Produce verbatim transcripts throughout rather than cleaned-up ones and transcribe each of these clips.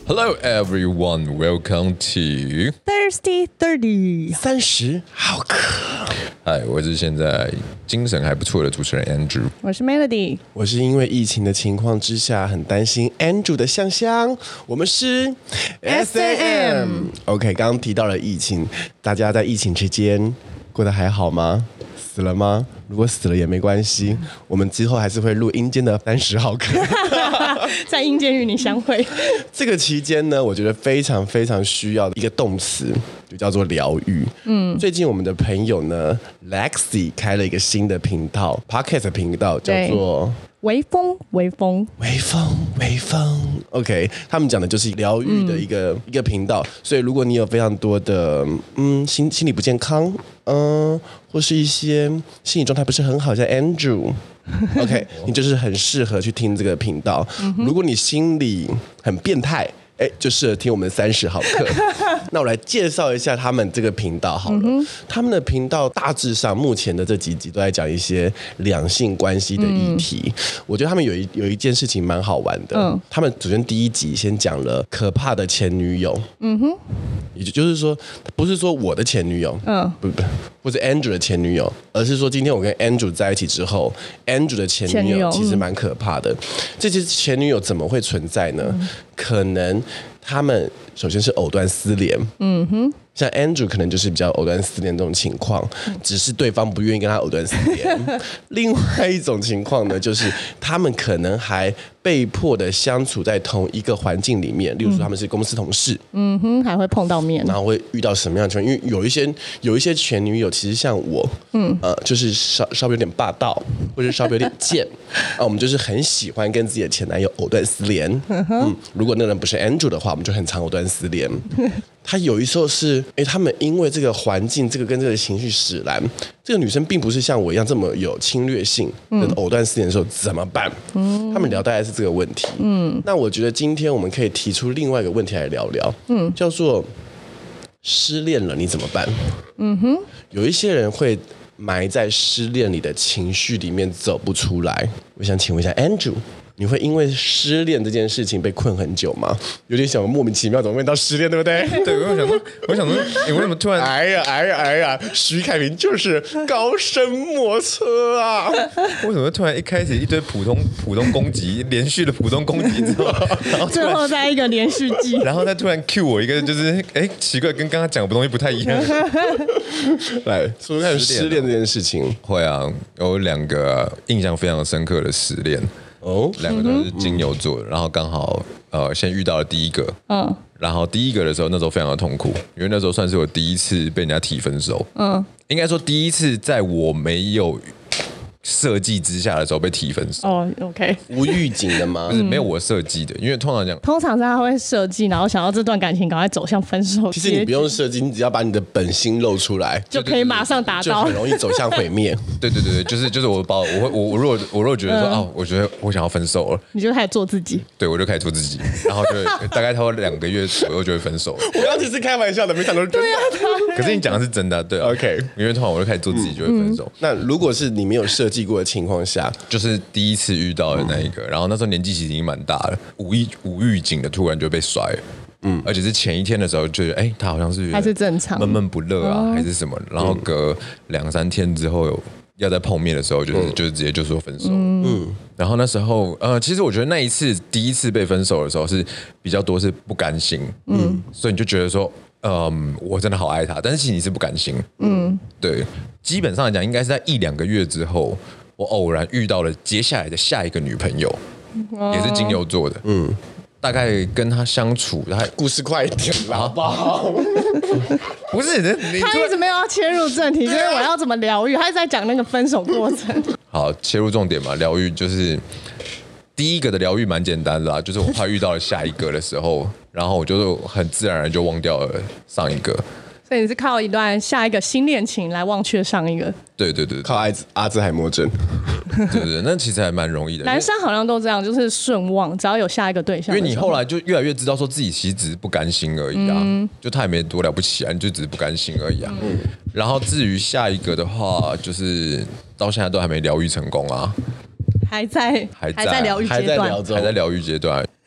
Hello everyone, welcome to Thirsty Thirty 三十好渴。 嗨，我是现在精神还不错的主持人 Andrew， 我是 Melody， 我是因为疫情的情况之下很担心 Andrew 的香香，我们是 S A M。OK， 刚刚提到了疫情，大家在疫情期间过得还好吗？死了吗？如果死了也没关系，我们之后还是会录阴间的三十好渴。 在阴间与你相会。 这个期间呢，我觉得非常非常需要一个动词，就叫做疗愈。嗯，最近我们的朋友呢 ，Lexi 开了一个新的频道 ，Podcast 频道叫做微风，微风， 微风，微风。OK， 他们讲的就是疗愈的一个、嗯、一个频道，所以如果你有非常多的嗯心心理不健康，嗯，或是一些心理状态不是很好，像 Andrew。OK， 你就是很适合去听这个频道。嗯、如果你心里很变态，哎，就适合听我们三十好课。那我来介绍一下他们这个频道好了。嗯、他们的频道大致上目前的这几集都在讲一些两性关系的议题。嗯、我觉得他们有一有一件事情蛮好玩的。嗯、他们首先第一集先讲了可怕的前女友。嗯哼，也就是说，不是说我的前女友，嗯，不不，或者 Andrew 的前女友，而是说今天我跟 Andrew 在一起之后 ，Andrew 的前女友其实蛮可怕的。嗯、这些前女友怎么会存在呢？嗯、可能他们首先是藕断丝连，嗯哼，像 Andrew 可能就是比较藕断丝连这种情况，只是对方不愿意跟他藕断丝连。另外一种情况呢，就是他们可能还被迫的相处在同一个环境里面，例如说他们是公司同事， 嗯哼，还会碰到面， 然后会遇到什么样的情况？因为有一些有一些前女友，其实像我，嗯，呃，就是稍稍微有点霸道，或者稍微有点贱啊，我们就是很喜欢跟自己的前男友藕断丝连。嗯，如果那个人不是 Andrew 的话，我们就很常藕断丝连。他有一时候是，哎，他们因为这个环境，这个跟这个情绪使然，这个女生并不是像我一样这么有侵略性，嗯，藕断丝连的时候怎么办？嗯，他们聊大概是这个问题。嗯，那我觉得今天我们可以提出另外一个问题来聊聊，嗯，叫做失恋了你怎么办？嗯哼，有一些人会埋在失恋里的情绪里面走不出来。我想请问一下 Andrew。你会因为失恋这件事情被困很久吗？有点想莫名其妙，怎么会到失恋，对不对？ 对，我想说，我想说，你为什么突然？ 哎呀，哎呀，哎呀！徐凯明就是高深莫测啊！ 为什么突然一开始一堆普通普通攻击，连续的普通攻击之后，然后最后再一个连续剧， 然后再突然 cue 我一个，就是哎，奇怪，跟刚刚讲的东西不太一样。 来说说看失恋这件事情。 会啊，有两个印象非常深刻的失恋。哦，两个都是金牛座的，然后刚好呃先遇到了第一个，嗯，然后第一个的时候那时候非常的痛苦，因为那时候算是我第一次被人家提分手，嗯，应该说第一次在我没有设计之下的时候被提分手。 哦 ，OK， 无预警的吗？ 不是，没有我设计的，因为通常讲， 通常是他会设计，然后想要这段感情赶快走向分手。 其实你不用设计，你只要把你的本心露出来， 就可以马上达到， 就很容易走向毁灭。 对对对对，就是就是我把我会我我如果我如果觉得说啊、嗯哦，我觉得我想要分手了， 你就开始做自己。 对，我就开始做自己，然后就大概差不多两个月左右就会分手。 我刚只是开玩笑的，没想到是真的。 对啊， 可是你讲的是真的，对、啊、，OK， 因为通常我就开始做自己就会分手。 嗯、那如果是你没有设计过的情况下， 就是第一次遇到的那一个，然后那时候年纪其实已经蛮大了，无意无预警的突然就被甩了，嗯，而且是前一天的时候就觉得，哎、欸，他好像是还是正常， 闷闷不乐啊，哦、还是什么，然后隔两三天之后要再碰面的时候，就是、嗯、就是直接就说分手，嗯，然后那时候呃，其实我觉得那一次第一次被分手的时候是比较多是不甘心，嗯，所以你就觉得说。嗯，我真的好爱他，但是其实你是不甘心。嗯，对，基本上来讲，应该是在一两个月之后，我偶然遇到了接下来的下一个女朋友，哦、也是金牛座的。嗯，大概跟他相处，他故事快一点啦，好不好？ 不是，你他一直没有要切入正题，就是我要怎么疗愈，他一直在讲那个分手过程。 好，切入重点嘛，疗愈就是。第一个的疗愈蛮简单的啦，就是我怕遇到了下一个的时候，然后我就很自然而然就忘掉了上一个。 所以你是靠一段下一个新恋情来忘却上一个？ 对对 对, 对， 靠阿兹阿兹海默症。 对对对，那其实还蛮容易的。 男生好像都这样，就是顺忘，只要有下一个对象。 因为你后来就越来越知道说自己其实只是不甘心而已啊，嗯、就他也没多了不起啊，你就只是不甘心而已啊。嗯、然后至于下一个的话，就是到现在都还没疗愈成功啊。 还在还在疗愈阶段， 还在疗愈阶段。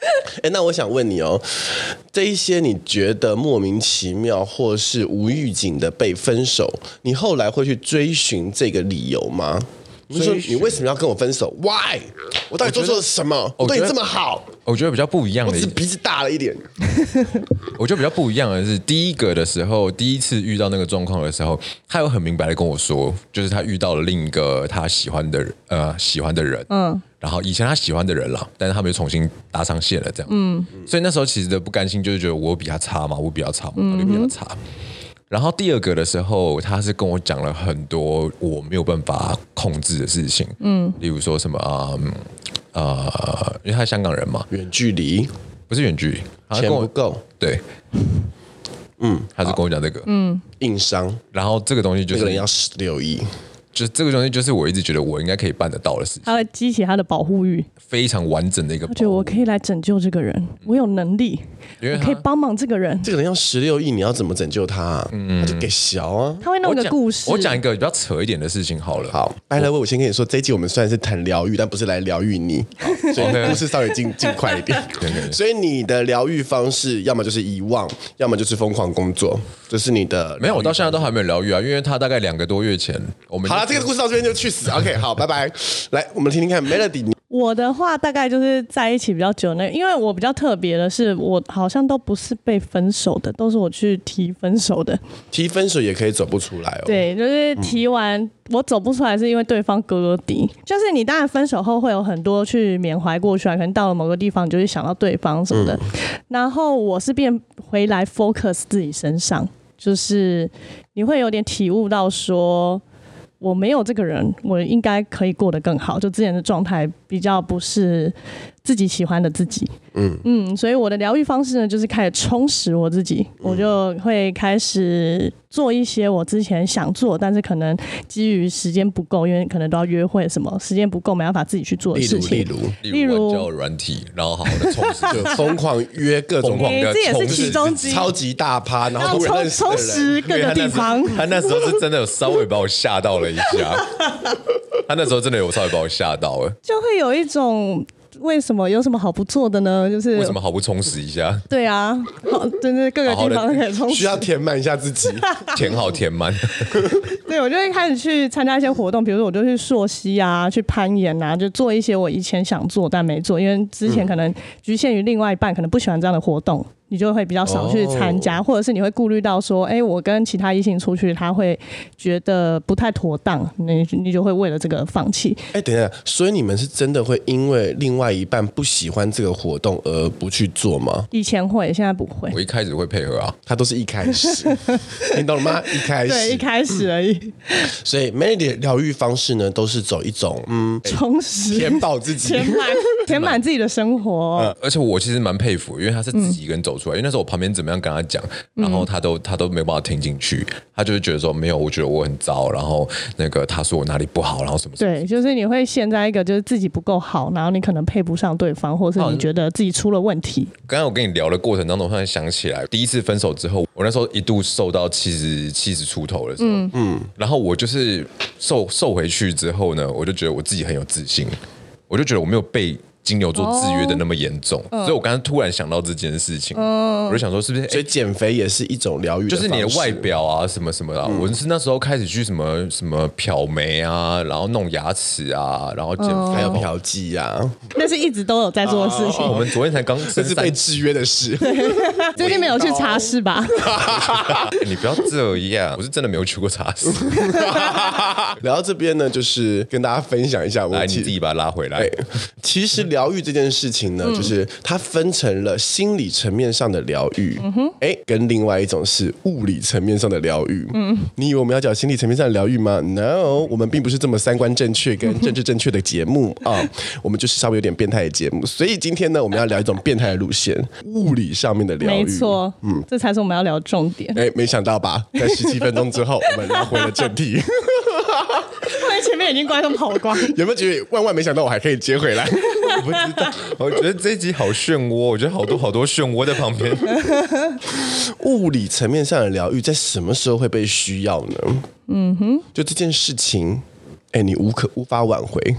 哎，那我想问你哦，这一些你觉得莫名其妙或是无预警的被分手，你后来会去追寻这个理由吗？你说你为什么要跟我分手 ？Why？ 我到底做错了什么？我对你这么好， 我觉得比较不一样的， 我只是鼻子大了一点。 我觉得比较不一样的是，第一个的时候，第一次遇到那个状况的时候，他有很明白的跟我说，就是他遇到了另一个他喜欢的呃喜欢的人，嗯，然后以前他喜欢的人啦，但是他们又重新搭上线了，这样，嗯，所以那时候其实的不甘心就是觉得我比他差嘛，我比他差嘛，我就比他差。然后第二个的时候，他是跟我讲了很多我没有办法控制的事情，嗯，例如说什么啊，呃，因为他是香港人嘛， 远距离不是远距离， 钱不够， 对，嗯，他是跟我讲这个，嗯， 硬伤， 然后这个东西就是那个人要十六亿。 就是这个东西，就是我一直觉得我应该可以办得到的事情。 他会激起他的保护欲， 非常完整的一个保护。 他觉得我可以来拯救这个人，我有能力，我可以帮忙这个人。 这个人要十六亿，你要怎么拯救他、啊？嗯，他就给小啊。 他会弄个故事。 我讲一个比较扯一点的事情好了。 好，拜了，我先跟你说，这一集我们虽然是谈疗愈，但不是来疗愈你，所以故事稍微尽尽快一点。对对对，所以你的疗愈方式，要么就是遗忘，要么就是疯狂工作，这是你的。 没有，我到现在都还没有疗愈啊，因为他大概两个多月前，我们好了，这个故事到这边就去死。OK， 好，拜拜。来，我们听听看 Melody。 我的话大概就是在一起比较久那，因为我比较特别的是，我好像都不是被分手的，都是我去提分手的。 提分手也可以走不出来哦。 对，就是提完、嗯、我走不出来，是因为对方哥哥敌。就是你当然分手后会有很多去缅怀过去啊，可能到了某个地方，你就会想到对方什么的。嗯、然后我是变回来 focus 自己身上，就是你会有点体悟到说，我没有这个人，我应该可以过得更好。就之前的状态比较不是自己喜欢的自己，嗯嗯，所以我的疗愈方式呢，就是开始充实我自己，嗯、我就会开始做一些我之前想做，但是可能基于时间不够，因为可能都要约会什么，时间不够，没办法自己去做的事情。 例如， 例如，交友软体，然后好好的充实， 就疯狂约各种疯狂的， 这也是其中之一， 超级大趴，然后充充实各个地方。 他那时候是真的有稍微把我吓到了一下，他那时候真的有稍微把我吓到了， 就会有一种。为什么有什么好不做的呢？就是为什么好不充实一下？ 对啊，真的各个地方都可以充实， 需要填满一下自己， 填好填满。 对，我就会开始去参加一些活动，比如说我就去溯溪啊，去攀岩啊，就做一些我以前想做但没做，因为之前可能局限于另外一半可能不喜欢这样的活动。你就会比较少去参加， oh. 或者是你会顾虑到说，哎、欸，我跟其他异性出去，他会觉得不太妥当，你你就会为了这个放弃。 哎、欸，等一下，所以你们是真的会因为另外一半不喜欢这个活动而不去做吗？ 以前会，现在不会。 我一开始会配合啊， 他都是一开始，听懂了吗？一开始， 对，一开始而已。 所以 Melody 的疗愈方式呢，都是走一种嗯， 充实、 填饱自己、 填满、填满自己的生活。 嗯、而且我其实蛮佩服，因为他是自己一个人走。出来，因为那时候我旁边怎么样跟他讲，然后他都他都没有办法听进去，他就会觉得说没有，我觉得我很糟，然后那个他说我哪里不好，然后什么什么。 对，就是你会陷在一个就是自己不够好，然后你可能配不上对方，或是你觉得自己出了问题。 刚刚我跟你聊的过程当中，我突然想起来，第一次分手之后，我那时候一度瘦到七十七十出头的时候，嗯嗯，然后我就是瘦瘦回去之后呢，我就觉得我自己很有自信，我就觉得我没有被金牛座制约的那么严重，哦、所以我刚刚突然想到这件事情，嗯、我就想说是不是？ 所以减肥也是一种疗愈， 就是你的外表啊，什么什么啊。嗯、我是那时候开始去什么什么漂眉啊，然后弄牙齿啊，然后减肥， 哦、还有嫖妓啊， 那是一直都有在做的事情。 哦、我们昨天才刚， 这是被制约的事。 最近没有去茶室吧？ 你不要这样，我是真的没有去过茶室。 聊到这边呢，就是跟大家分享一下，我来你自己把它拉回来。 其实疗愈这件事情呢，嗯、就是它分成了心理层面上的疗愈，嗯哼，哎，跟另外一种是物理层面上的疗愈。嗯，你以为我们要讲心理层面上的疗愈吗 ？No， 我们并不是这么三观正确跟政治正确的节目啊、嗯，我们就是稍微有点变态的节目。所以今天呢，我们要聊一种变态的路线，物理上面的疗愈。 没错，嗯，这才是我们要聊的重点。 哎，没想到吧？在十七分钟之后，我们聊回了正题。 后来前面已经观众跑光， 有没有觉得万万没想到我还可以接回来？ 我不知道，我觉得这一集好漩涡，我觉得好多好多漩涡在旁边。 物理层面上的疗愈在什么时候会被需要呢？嗯哼，就这件事情，哎，你无可无法挽回，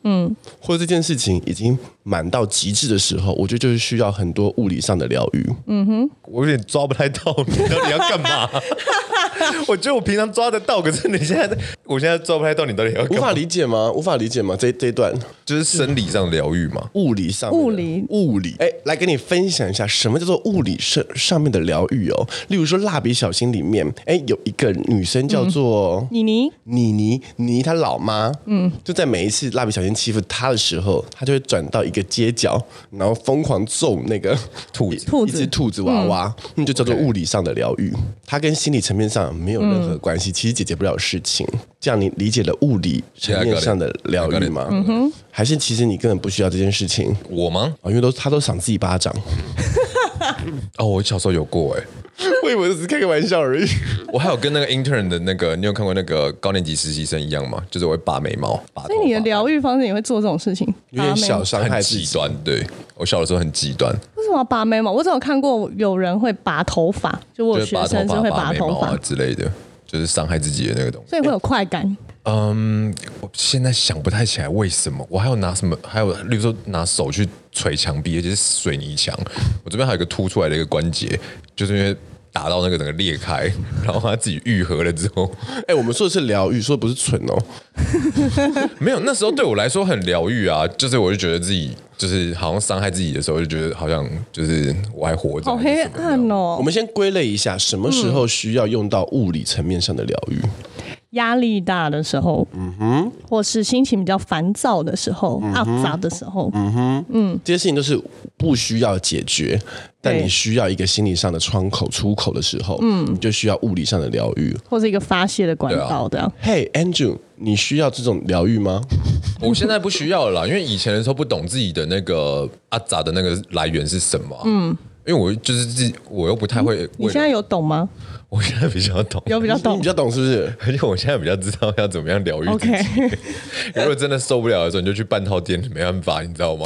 嗯，或者这件事情已经满到极致的时候，我觉得就是需要很多物理上的疗愈。 嗯哼， 我有点抓不太到你到底要干嘛。我觉得我平常抓得到，可是你现在，我现在抓不太到你到底要干嘛。 无法理解吗？无法理解吗？这这一段就是生理上疗愈嘛， 物理上物理物理。哎，来跟你分享一下什么叫做物理上上面的疗愈哦。例如说《蜡笔小新》里面，哎，有一个女生叫做妮妮， 妮妮妮她老妈，嗯，就在每一次蜡笔小新欺负她的时候，她就会转到一个街角，然后疯狂揍那个兔子， 兔子一只兔子娃娃，那、嗯、就叫做物理上的疗愈。它跟心理层面上没有任何关系，嗯、其实解决不了事情。这样你理解了物理层面上的疗愈吗？嗯哼，还是其实你根本不需要这件事情？ 我吗？ 哦，因为都他都赏自己巴掌。 哦，我小时候有过哎、 欸，我以为只是开个玩笑而已。 我还有跟那个 intern 的那个，你有看过那个高年级实习生一样吗？就是我会拔眉毛，拔头发。 所以你的疗愈方式也会做这种事情？ 有点小伤害自己，很极端。对，我小的时候很极端。 为什么要拔眉毛？我只有看过有人会拔头发，就我有学生是会拔头发、 啊、之类的，就是伤害自己的那个东西。 所以会有快感。 嗯，我现在想不太起来为什么。我还有拿什么？还有，例如说拿手去捶墙壁，而且是水泥墙。我这边还有一个凸出来的一个关节，就是因为打到那个整个裂开，然后它自己愈合了之后， 哎、欸，我们说的是疗愈，说的不是蠢哦。 没有，那时候对我来说很疗愈啊，就是我就觉得自己就是好像伤害自己的时候，就觉得好像就是我还活着。 好黑暗哦。 我们先归类一下，什么时候需要用到物理层面上的疗愈？ 压力大的时候，嗯哼，或是心情比较烦躁的时候，阿杂的时候， 嗯哼，嗯，这些事情都是不需要解决，但你需要一个心理上的窗口出口的时候，嗯，你就需要物理上的疗愈， 或是一个发泄的管道的。 Hey Andrew， 你需要这种疗愈吗？ 我现在不需要了啦，因为以前的时候不懂自己的那个阿杂的那个来源是什么，嗯。因为我就是自己，我又不太会、嗯。 你现在有懂吗？ 我现在比较懂， 有比较懂， 你比较懂是不是？ 而且我现在比较知道要怎么样疗愈自己。Okay. 如果真的受不了的时候，你就去半套店，没办法，你知道吗？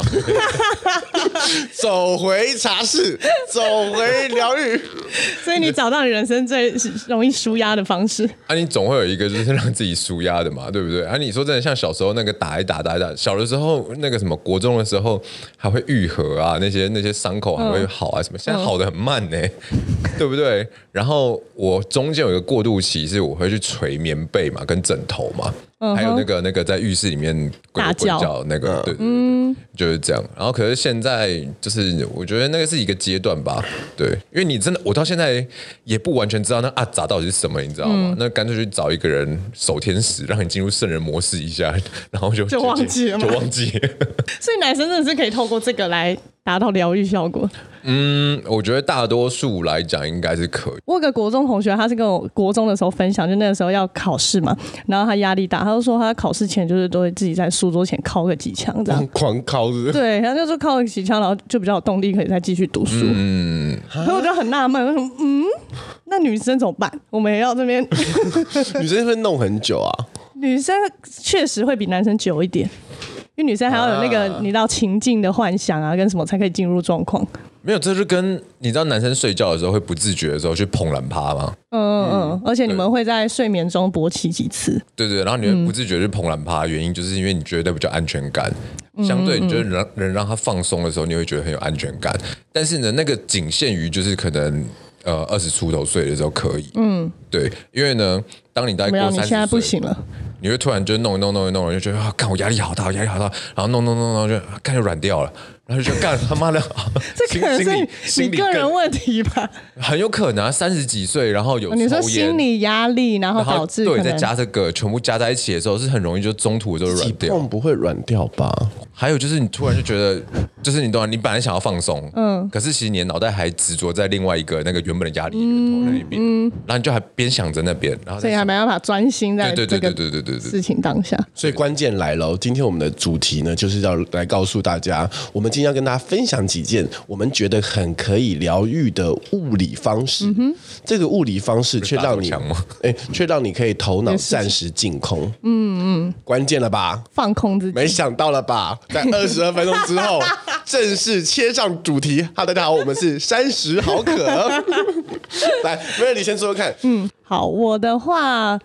走回茶室，走回疗愈。 所以你找到你人生最容易抒压的方式。 啊，你总会有一个就是让自己抒压的嘛，对不对？啊，你说真的，像小时候那个打一打打一打，小的时候那个什么国中的时候还会愈合啊，那些那些伤口还会好啊什么，嗯、现在好的很慢呢、欸，嗯、对不对？然后我中间有一个过渡期，是我会去捶棉被嘛，跟枕头嘛。嗯、还有那个那个在浴室里面鬼鬼叫那个，对对对，嗯、就是这样。然后可是现在就是我觉得那个是一个阶段吧，对，因为你真的我到现在也不完全知道那阿杂到底是什么，你知道吗？嗯、那干脆去找一个人守天使，让你进入圣人模式一下，然后就就忘记了， 就忘记了。 所以男生真的是可以透过这个来达到疗愈效果。 嗯，我觉得大多数来讲应该是可以。 我有个国中同学，他是跟我国中的时候分享，就那个时候要考试嘛，然后他压力大，他就说他考试前就是都会自己在书桌前敲个几枪这样， 狂敲是不是？ 对，他就是敲个几枪，然后就比较有动力可以再继续读书。嗯，所以我就很纳闷，为什么？嗯，那女生怎么办？我们也要这边女生会弄很久啊， 女生确实会比男生久一点。因为女生还要有那个、啊、你知道情境的幻想啊，跟什么才可以进入状况？ 没有，这就跟你知道男生睡觉的时候会不自觉的时候去怦然趴吗？ 嗯嗯嗯，而且你们会在睡眠中勃起几次？ 对对，然后你会不自觉去怦然趴，原因就是因为你觉得比较安全感，嗯、相对你觉得能能让他放松的时候，你会觉得很有安全感。但是呢，那个仅限于就是可能呃二十出头岁的时候可以，嗯，对，因为呢，当你大概过三十岁， 你现在不行了。 你会突然就弄一弄弄一弄，就觉得啊，干我压力好大，我压力好大，然后弄弄弄弄就干就软掉了，然后就干他妈的， 这可能是你个人问题吧？ 很有可能啊，三十几岁，然后有抽烟， 你说心理压力，然后导致对，再加这个全部加在一起的时候，是很容易就中途就软掉。 碰不会软掉吧？ 还有就是你突然就觉得，就是你懂，你本来想要放松，嗯，可是其实你的脑袋还执着在另外一个那个原本的压力源头那边，嗯，然后你就还边想着那边，然后所以还没办法专心在对对对对对对事情当下。 所以关键来了，今天我们的主题呢，就是要来告诉大家，我们今天要跟大家分享几件我们觉得很可以疗愈的物理方式。嗯、这个物理方式却让你，哎，却让你可以头脑暂时净空。嗯嗯，关键了吧？ 放空自己。 没想到了吧？在二十二分钟之后，正式切上主题。哈，大家好，我们是三十好可。来，梅尔，你先说说看。 嗯，好，我的话。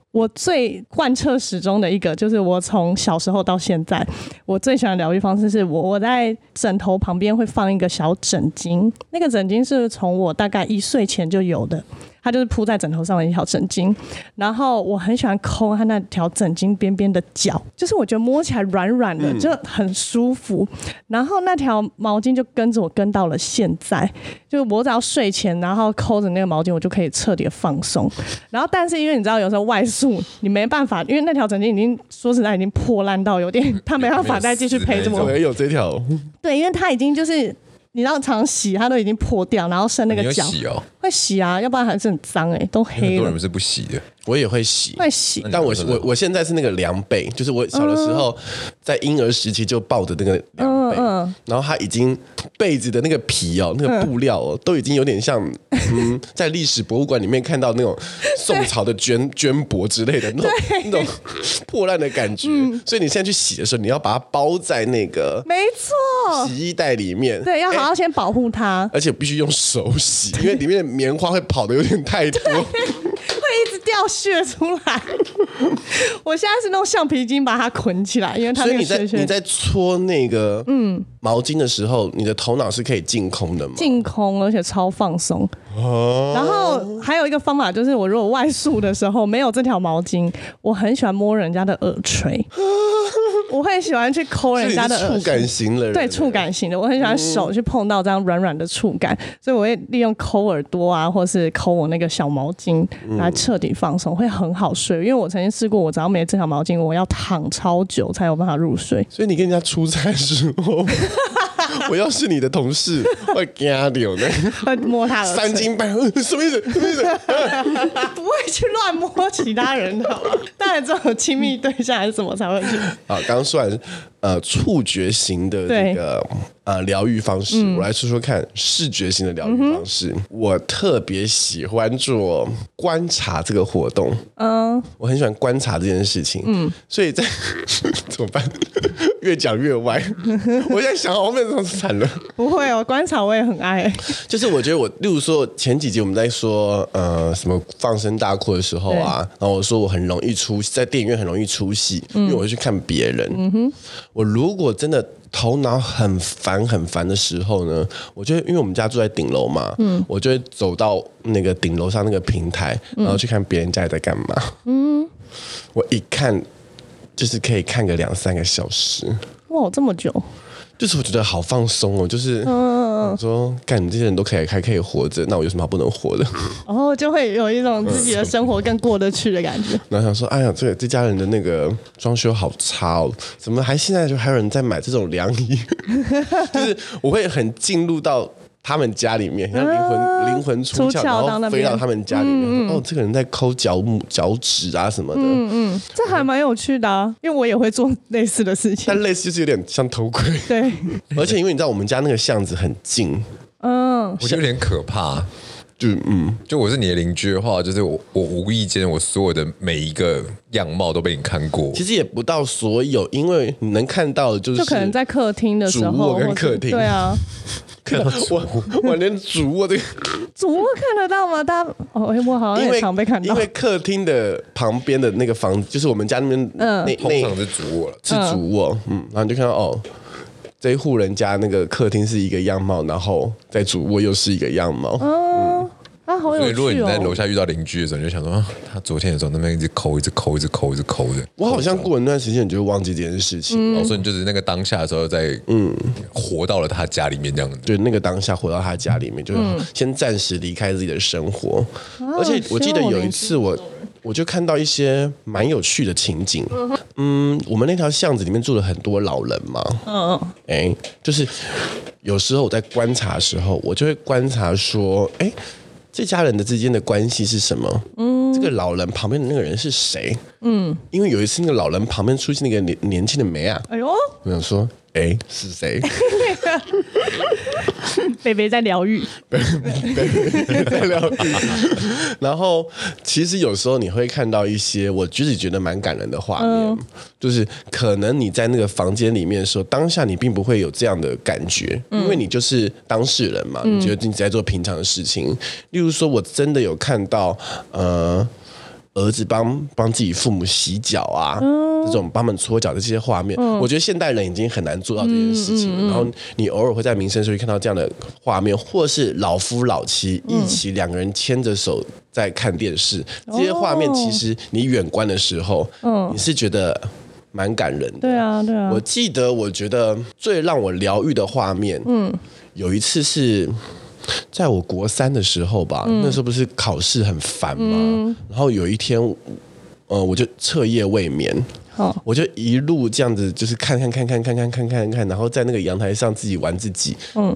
我最贯彻始终的一个，就是我从小时候到现在，我最喜欢的疗愈方式是我我在枕头旁边会放一个小枕巾，那个枕巾是从我大概一岁前就有的。它就是铺在枕头上的一条枕巾，然后我很喜欢抠它那条枕巾边边的角，就是我觉得摸起来软软的，就很舒服。然后那条毛巾就跟着我跟到了现在，就我只要睡前，然后抠着那个毛巾，我就可以彻底的放松。然后，但是因为你知道，有时候外宿你没办法，因为那条枕巾已经说实在已经破烂到有点，它没办法再继续陪着我。 我也有这条， 对，因为它已经就是。你让常洗，它都已经破掉，然后剩那个角。 你会洗哦？ 会洗啊，要不然还是很脏哎、欸，都黑了。 很多人是不洗的， 我也会洗， 会洗。 但我我我现在是那个凉被，就是我小的时候在婴儿时期就抱的那个凉被，嗯嗯、然后它已经被子的那个皮哦，那个布料哦，都已经有点像嗯，在历史博物馆里面看到那种宋朝的绢绢帛之类的那种那种破烂的感觉。嗯、所以你现在去洗的时候，你要把它包在那个没错洗衣袋里面， 对，要好好先保护它， 而且必须用手洗，因为里面的棉花会跑的有点太多。 会一直掉屑出来，我现在是用橡皮筋把它捆起来，因为它那个屑屑。 所以你在你在搓那个嗯毛巾的时候，你的头脑是可以净空的吗？ 净空，而且超放松。哦。然后还有一个方法就是，我如果外宿的时候没有这条毛巾，我很喜欢摸人家的耳垂。我会喜欢去抠人家的耳垂， 触感型的人， 对，触感型的，我很喜欢手去碰到这样软软的触感，嗯、所以我会利用抠耳朵啊，或是抠我那个小毛巾来彻底放松，会很好睡。因为我曾经试过，我只要没这条毛巾，我要躺超久才有办法入睡。 所以你跟人家出差的时候，我要是你的同事，会惊掉呢， 会摸他耳垂， 三更半夜，什么意思？什么意思？ 不会去乱摸其他人的，好吧？当然，这种亲密对象还是什么才会去。 好，刚刚说完呃触觉型的这个呃疗愈方式，嗯、我来说说看视觉型的疗愈方式。嗯、我特别喜欢做观察这个活动，嗯，我很喜欢观察这件事情，嗯，所以在怎么办？越讲越歪，我现在想后面这种惨了。 不会哦，观察我也很爱。 就是我觉得我，例如说前几集我们在说呃什么放声大哭的时候啊，然后我说我很容易出在电影院很容易出戏，嗯、因为我会去看别人。嗯哼，我如果真的头脑很烦很烦的时候呢，我就因为我们家住在顶楼嘛，嗯，我就会走到那个顶楼上那个平台，然后去看别人家里在干嘛。嗯，我一看就是可以看个两三个小时。 哇，这么久！ 就是我觉得好放松哦，就是我说干，你这些人都可以还可以活着，那我有什么好不能活的？ 然后就会有一种自己的生活更过得去的感觉。 然后想说，哎呀，这这家人的那个装修好差哦，怎么还现在就还有人在买这种凉衣？就是我会很进入到他们家里面，像灵魂灵魂出窍，然后飞到他们家里面。哦，这个人在抠脚母脚趾啊什么的。嗯嗯， 这还蛮有趣的啊，因为我也会做类似的事情。 但类似就是有点像偷窥。 对， 而且因为你知道我们家那个巷子很近， 嗯，我觉得有点可怕。 就嗯， 就我是你的邻居的话，就是我我无意间我所有的每一个样貌都被你看过。 其实也不到所有，因为你能看到的就是就可能在客厅的时候， 主卧跟客厅， 对啊。 我我连主卧这个主卧看得到吗？大家哦，我好像也常被看到。 因为客厅的旁边的那个房子，就是我们家那边，嗯，那通常是主卧了， 是主卧，嗯，然后你就看到哦，这一户人家那个客厅是一个样貌，然后在主卧又是一个样貌，嗯。 啊，好有趣哦！ 所以如果你在楼下遇到邻居的时候，你就想说，啊、他昨天的时候那边一直抠，一直抠，一直抠，一直抠的。 我好像过了那段时间，你就会忘记这件事情。 嗯、所以你就是那个当下的时候在，在嗯，活到了他家里面这样子。 对，那个当下活到他家里面，就先暂时离开自己的生活。嗯、而且我记得有一次我，我就看到一些蛮有趣的情景。嗯，我们那条巷子里面住了很多老人嘛。嗯嗯。哎，就是有时候我在观察的时候，我就会观察说，哎。这家人的之间的关系是什么？嗯，这个老人旁边的那个人是谁？嗯，因为有一次那个老人旁边出现那个年年轻的梅啊，哎呦，我想说，哎，是谁？ 贝贝在疗愈， 贝贝在疗愈。然后，其实有时候你会看到一些我自己觉得蛮感人的画面，嗯、就是可能你在那个房间里面的时候，当下你并不会有这样的感觉，嗯、因为你就是当事人嘛，嗯、你觉得你在做平常的事情。例如说，我真的有看到，呃。 儿子帮帮自己父母洗脚啊，嗯、这种帮他们搓脚的这些画面，嗯、我觉得现代人已经很难做到这件事情了。嗯嗯嗯、然后你偶尔会在民生社区看到这样的画面，或是老夫老妻一起两个人牵着手在看电视，嗯、这些画面其实你远观的时候，嗯、你是觉得蛮感人的。 对啊，对啊。 我记得，我觉得最让我疗愈的画面，嗯，有一次是在我国三的时候吧，嗯、那时候不是考试很烦嘛，嗯、然后有一天，呃，我就彻夜未眠。哦、我就一路这样子，就是看看看看看看看看看，然后在那个阳台上自己玩自己，嗯，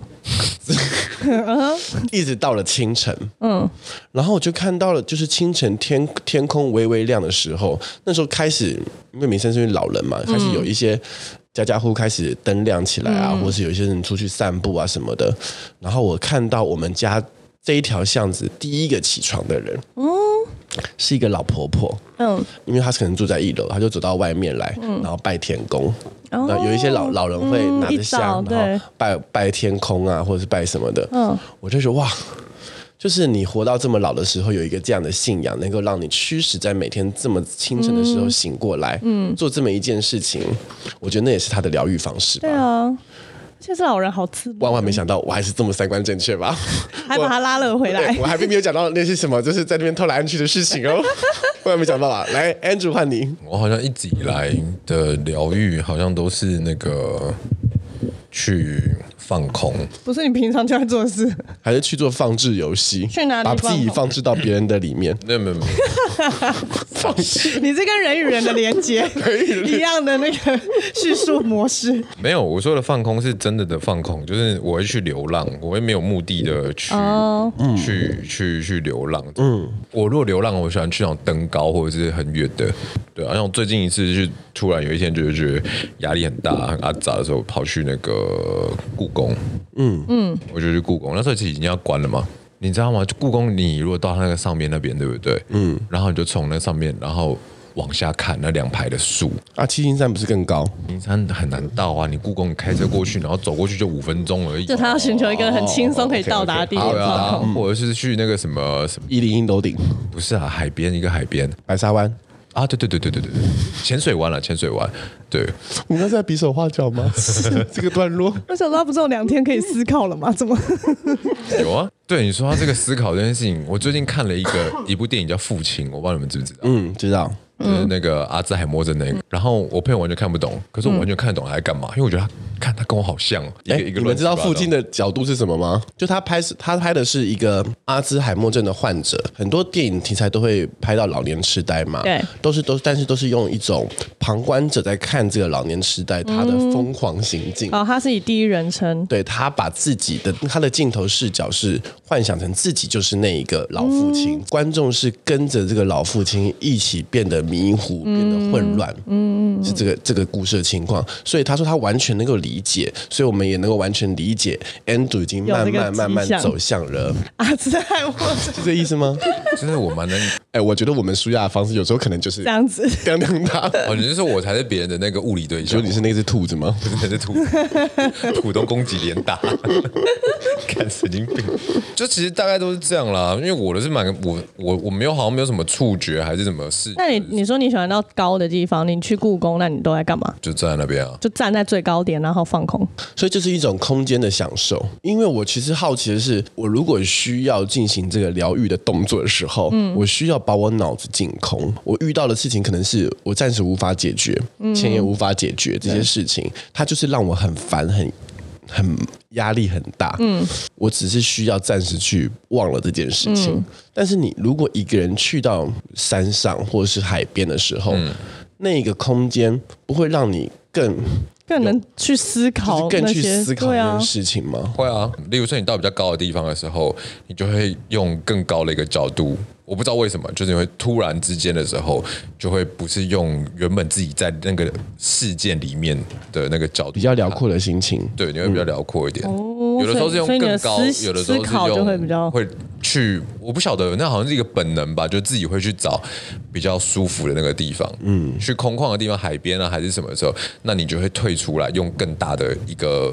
一直到了清晨，嗯，然后我就看到了，就是清晨天天空微微亮的时候，那时候开始，因为民生是老人嘛，开始有一些家家户户开始灯亮起来啊，嗯、或是有一些人出去散步啊什么的，然后我看到我们家这一条巷子第一个起床的人，嗯。是一个老婆婆，嗯，因为她可能住在一楼，她就走到外面来，嗯、然后拜天公。哦、那有一些老老人会拿着香，嗯、然后拜拜天空啊，或者是拜什么的。嗯，我就觉得哇，就是你活到这么老的时候，有一个这样的信仰，能够让你驱使在每天这么清晨的时候醒过来，嗯，做这么一件事情，我觉得那也是他的疗愈方式吧。 对啊。现在老人好自万万没想到，我还是这么三观正确吧， 还把他拉了回来。 我, 我还并没有讲到那些什么，就是在那边偷来暗去的事情哦。万万没想到啦！来 ，Andrew 换你。 我好像一直以来的疗愈，好像都是那个去放空。 不是你平常就在做的事， 还是去做放置游戏？ 去哪里把自己放置到别人的里面？ 没有没有没有。 放弃？ 你这跟人与人的连接一样的那个叙述模式。 没有，我说的放空是真的的放空，就是我会去流浪，我会没有目的的去、oh. 去去去流浪。嗯，我如果流浪，我喜欢去那种登高或者是很远的。对啊，像我最近一次就突然有一天就是觉得压力很大、很阿杂的时候，跑去那个故宫。嗯嗯，我就去故宫，那时候其实已经要关了嘛。你知道吗？故宫，你如果到那个上面那边，对不对？嗯，然后你就从那上面，然后往下看那两排的树啊。七星山不是更高？ 七星山很难到啊！你故宫你开车过去，然后走过去就五分钟而已。 就他要寻求一个很轻松可以到达的地方， 对啊，或者是去那个什么什么一零一楼顶， 不是啊，海边一个海边， 白沙湾。 啊，对对对对对对对，浅水湾了，浅水湾。对， 我们刚才在比手画脚吗？这个段落， 我想他不是有两天可以思考了吗？怎么？ 有啊，对你说他这个思考这件事情，我最近看了一个一部电影叫《父亲》，我不知道你们知不知道？ 嗯，知道。 就是那个阿兹海默症那个，然后我朋友完全看不懂，可是我完全看得懂他在干嘛，因为我觉得他看他跟我好像。一个一个， 你们知道父亲的角度是什么吗？就他拍他拍的是一个阿兹海默症的患者，很多电影题材都会拍到老年痴呆嘛， 对， 都是都但是都是用一种旁观者在看这个老年痴呆他的疯狂行径。 哦，他是以第一人称， 对他把自己的他的镜头视角是幻想成自己就是那一个老父亲，嗯、观众是跟着这个老父亲一起变得迷糊。嗯的混乱，嗯，是这个这个故事的情况，所以他说他完全能够理解，所以我们也能够完全理解 Andrew 已经慢慢慢慢走向了阿兹海默症， 是这意思吗？ 就是我蛮能， 哎，我觉得我们舒压的方式有时候可能就是这样子， 亮亮他。 哦，你是说我才是别人的那个物理对象？ 就你是那只兔子吗？ 不是那只兔子，普通攻击连打，看神经病。就其实大概都是这样啦，因为我的是蛮我我我没有好像没有什么触觉还是什么事。 那你你说你喜欢到高的地方，你去故宫，那你都在干嘛？ 就站在那边啊， 就站在最高点，然后放空。 所以这是一种空间的享受。因为我其实好奇的是，我如果需要进行这个疗愈的动作的时候，嗯、我需要把我脑子净空。我遇到的事情可能是我暂时无法解决，嗯、钱也无法解决这些事情，它就是让我很烦很。很压力很大，嗯，我只是需要暂时去忘了这件事情。嗯、但是你如果一个人去到山上或者是海边的时候，嗯、那个空间不会让你更更能去思考， 更去思考这件事情吗？ 会啊，例如说你到比较高的地方的时候，你就会用更高的一个角度。我不知道为什么，就是你会突然之间的时候，就会不是用原本自己在那个事件里面的那个角度， 比较辽阔的心情， 对，你会比较辽阔一点。 嗯、 有的时候是用更高，有的时候是用会比较会去，我不晓得，那好像是一个本能吧，就自己会去找比较舒服的那个地方，嗯，去空旷的地方，海边啊还是什么的时候，那你就会退出来，用更大的一个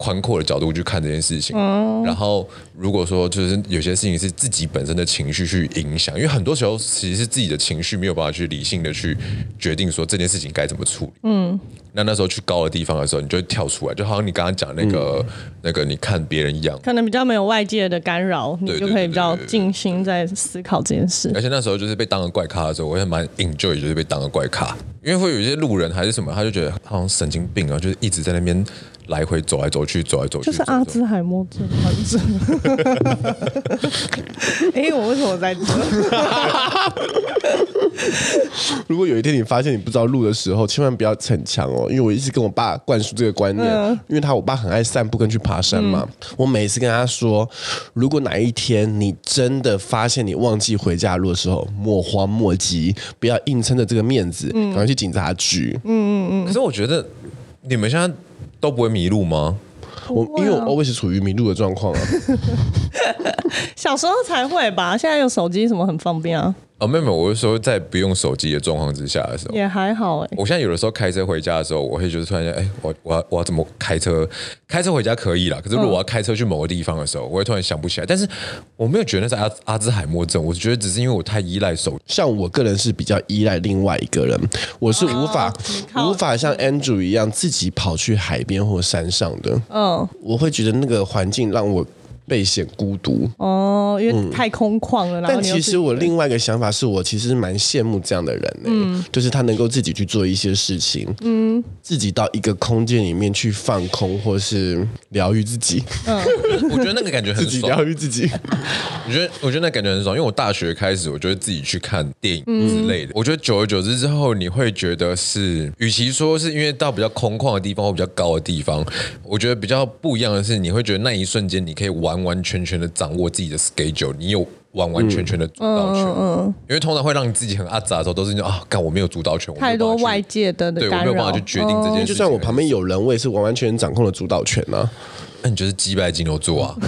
宽阔的角度去看这件事情。嗯、然后如果说就是有些事情是自己本身的情绪去影响，因为很多时候其实是自己的情绪没有办法去理性的去决定说这件事情该怎么处理。嗯，那那时候去高的地方的时候，你就会跳出来，就好像你刚刚讲那个、嗯、那个你看别人一样， 可能比较没有外界的干扰，你就可以比较静心在思考这件事。 而且那时候就是被当个怪咖的时候，我也蛮 enjoy 就是被当个怪咖，因为会有一些路人还是什么，他就觉得好像神经病啊，就是一直在那边来回走来走去，走来走去， 就是阿兹海默症患者。哎、欸，我为什么在这？ 如果有一天你发现你不知道路的时候，千万不要逞强哦，因为我一直跟我爸灌输这个观念，嗯、因为他我爸很爱散步跟去爬山嘛。嗯、我每次跟他说，如果哪一天你真的发现你忘记回家路的时候，莫慌莫急，不要硬撑着这个面子，赶、嗯、快去警察局。嗯嗯嗯。可是我觉得你们现在都不会迷路吗？ 我因为我 always 处于迷路的状况啊。 小时候才会吧，现在有手机什么很方便啊。 哦，没有没有，我是说在不用手机的状况之下的时候， 也还好哎、欸。 我现在有的时候开车回家的时候，我会就是突然间，哎、欸，我我要我要怎么开车？开车回家可以啦，可是如果我要开车去某个地方的时候，我会突然想不起来。但是我没有觉得那是阿阿兹海默症，我觉得只是因为我太依赖手机。 像我个人是比较依赖另外一个人，我是无法、哦、无法像 Andrew 一样自己跑去海边或山上的。嗯，我会觉得那个环境让我倍显孤独哦，因为太空旷了。嗯、 但其实我另外一个想法是我其实蛮羡慕这样的人呢、欸，嗯、就是他能够自己去做一些事情，嗯，自己到一个空间里面去放空，或是疗愈自己。嗯， 我觉得那个感觉很爽， 自己疗愈自己。 我觉得我觉得那感觉很爽，因为我大学开始，我就会自己去看电影之类的。嗯、我觉得久而久之之后，你会觉得是，与其说是因为到比较空旷的地方或比较高的地方，我觉得比较不一样的是，你会觉得那一瞬间你可以完完全全的掌握自己的 schedule， 你有完完全全的主导权。嗯嗯嗯、因为通常会让你自己很阿杂的时候，都是那啊，干我没有主导权， 太多外界的对，我没有办法去决定这件事情。 就算我旁边有人，我也是完完全全掌控了主导权啊。 那你就是击败金牛座啊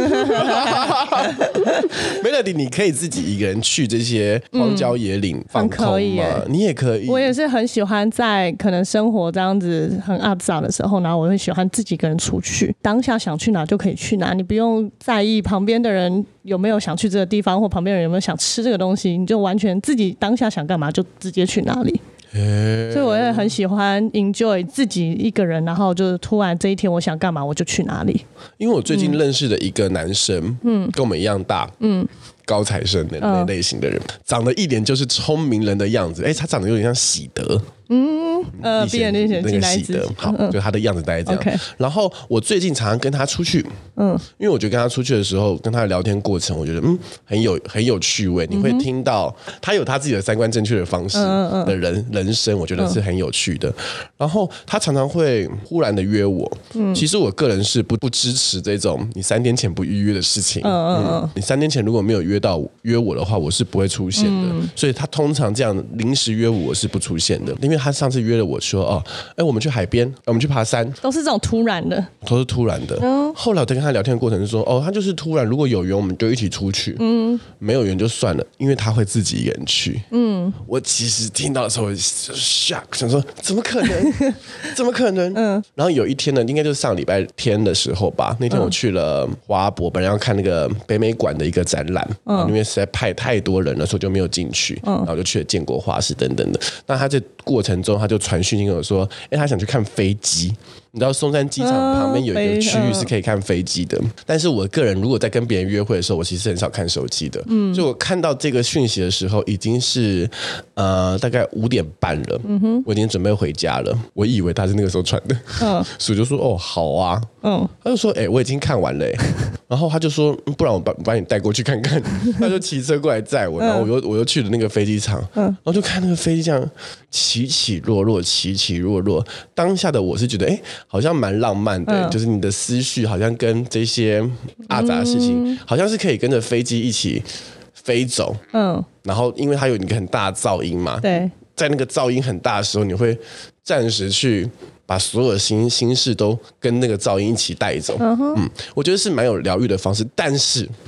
！Melody， 你可以自己一个人去这些荒郊野岭放空吗？嗯、你也可以。 我也是很喜欢在可能生活这样子很阿杂的时候，然后我会喜欢自己一个人出去，当下想去哪就可以去哪，你不用在意旁边的人有没有想去这个地方，或旁边人有没有想吃这个东西，你就完全自己当下想干嘛就直接去哪里。所以我也很喜欢 enjoy 自己一个人，然后就是突然这一天我想干嘛我就去哪里。 因为我最近认识的一个男生，嗯，跟我们一样大，嗯，高材生的那类型的人，嗯、长得一脸就是聪明人的样子。哎，他长得有点像喜德，嗯，呃，毕业那些那个喜德，好，嗯、就他的样子大概这样。Okay. 然后我最近常常跟他出去，嗯，因为我觉得跟他出去的时候，跟他的聊天过程，我觉得嗯很有很有趣味。你会听到他有他自己的三观正确的方式的人、嗯嗯、人生，我觉得是很有趣的。然后他常常会忽然的约我，嗯，其实我个人是不不支持这种你三天前不预约的事情，嗯嗯嗯，你三天前如果没有约到约我的话，我是不会出现的。嗯、所以他通常这样临时约我，我是不出现的，因为他上次约了我说哦，哎，我们去海边，我们去爬山， 都是这种突然的， 都是突然的。嗯、后来我在跟他聊天的过程是说，哦，他就是突然，如果有缘我们就一起出去，嗯，没有缘就算了，因为他会自己一个人去。嗯，我其实听到的时候 shock， 想说怎么可能，怎么可能？嗯，然后有一天呢，应该就是上礼拜天的时候吧，那天我去了花博，本来要看那个北美馆的一个展览，嗯、因为实在派太多人了，所以就没有进去，嗯、然后就去了建国花市等等的。那他这过程中，他就传讯息跟我说，哎，他想去看飞机。你知道松山机场旁边有一个区域是可以看飞机的，嗯、但是我个人如果在跟别人约会的时候，我其实很少看手机的。嗯，所以我看到这个讯息的时候，已经是呃大概五点半了。嗯哼，我已经准备回家了。我以为他是那个时候传的，嗯，所以就说哦好啊，嗯，他就说哎、欸、我已经看完了、欸，然后他就说不然我把把你带过去看看，他就骑车过来载我，然后我又我又去了那个飞机场，嗯，然后就看那个飞机这样起起落落，起起落落，当下的我是觉得哎。欸好像蛮浪漫的、欸，嗯、就是你的思绪好像跟这些阿杂的事情，嗯、好像是可以跟着飞机一起飞走。嗯，然后因为它有一个很大的噪音嘛， 对， 在那个噪音很大的时候，你会暂时去把所有的心心事都跟那个噪音一起带走。嗯, 嗯，我觉得是蛮有疗愈的方式，但是